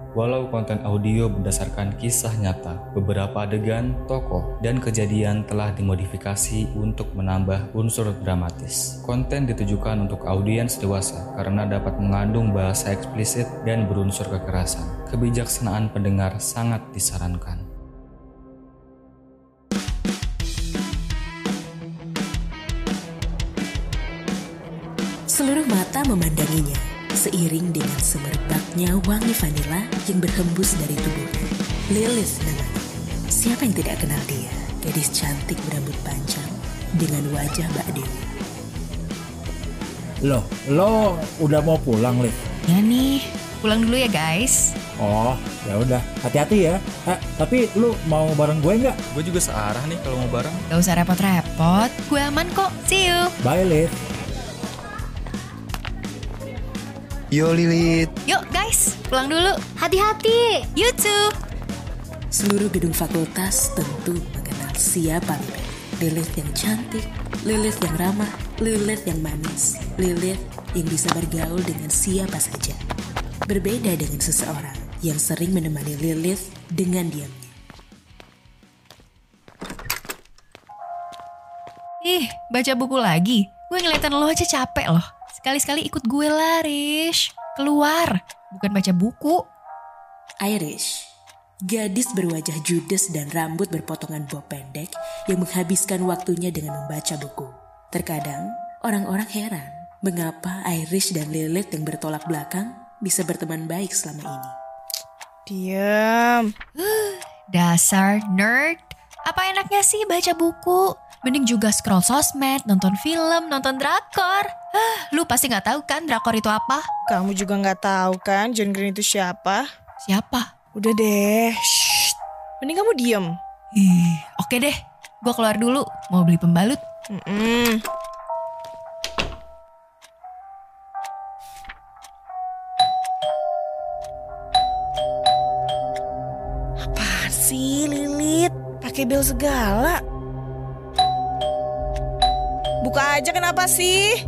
Walau konten audio berdasarkan kisah nyata, beberapa adegan, tokoh, dan kejadian telah dimodifikasi untuk menambah unsur dramatis. Konten ditujukan untuk audiens dewasa karena dapat mengandung bahasa eksplisit dan berunsur kekerasan. Kebijaksanaan pendengar sangat disarankan. Seluruh mata memandanginya, seiring dengan semerbaknya wangi vanila yang berhembus dari tubuhnya. Lilith namanya. Siapa yang tidak kenal dia? Gadis cantik berambut panjang dengan wajah Mbak Dewi. Lo udah mau pulang, Liv? Ya nih, pulang dulu ya guys. Oh, ya udah. Hati-hati ya. Tapi lu mau bareng gue nggak? Gue juga searah nih kalau mau bareng. Gak usah repot-repot, gue aman kok. See you. Bye, Liv. Yo Lilith. Yuk guys, pulang dulu. Hati-hati. You too. Seluruh gedung fakultas tentu mengenal siapa Lilith. Lilith yang cantik, Lilith yang ramah, Lilith yang manis, Lilith yang bisa bergaul dengan siapa saja. Berbeda dengan seseorang yang sering menemani Lilith dengan diamnya. Ih, baca buku lagi? Gue ngeliatin lo aja capek loh. Sekali-sekali ikut gue lah, Rish. Keluar, bukan baca buku. Irish, gadis berwajah judes dan rambut berpotongan bob pendek yang menghabiskan waktunya dengan membaca buku. Terkadang, orang-orang heran mengapa Irish dan Lilith yang bertolak belakang bisa berteman baik selama ini. Diam. Dasar nerd. Apa enaknya sih baca buku? Mending juga scroll sosmed, nonton film, nonton drakor. Lu pasti gak tahu kan drakor itu apa? Kamu juga gak tahu kan John Green itu siapa? Siapa? Udah deh. Shh. Mending kamu diem. Oke deh. Gue keluar dulu. Mau beli pembalut. Apaan sih Lilith? Pakai bel segala. Buka aja, kenapa sih?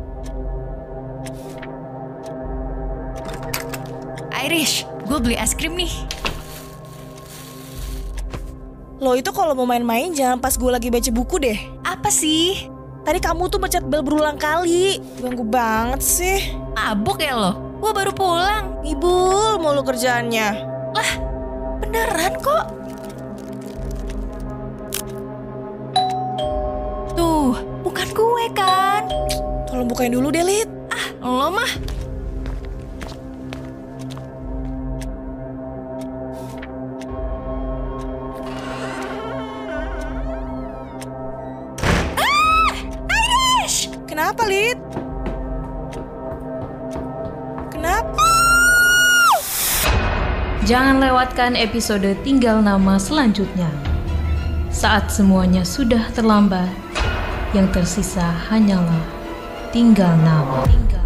Irish, gue beli es krim nih. Lo itu kalau mau main-main jangan pas gue lagi baca buku deh. Apa sih? Tadi kamu tuh pencet bel berulang kali. Ganggu banget sih. Mabuk ya lo? Gue baru pulang. Ngibul mulu kerjaannya. Lah, beneran kok. Tuh, bukan gue kan. Tolong bukain dulu deh, Lid. Lo mah. Irish! Kenapa, Lid? Kenapa? Jangan lewatkan episode Tinggal Nama selanjutnya. Saat semuanya sudah terlambat, yang tersisa hanyalah tinggal nama.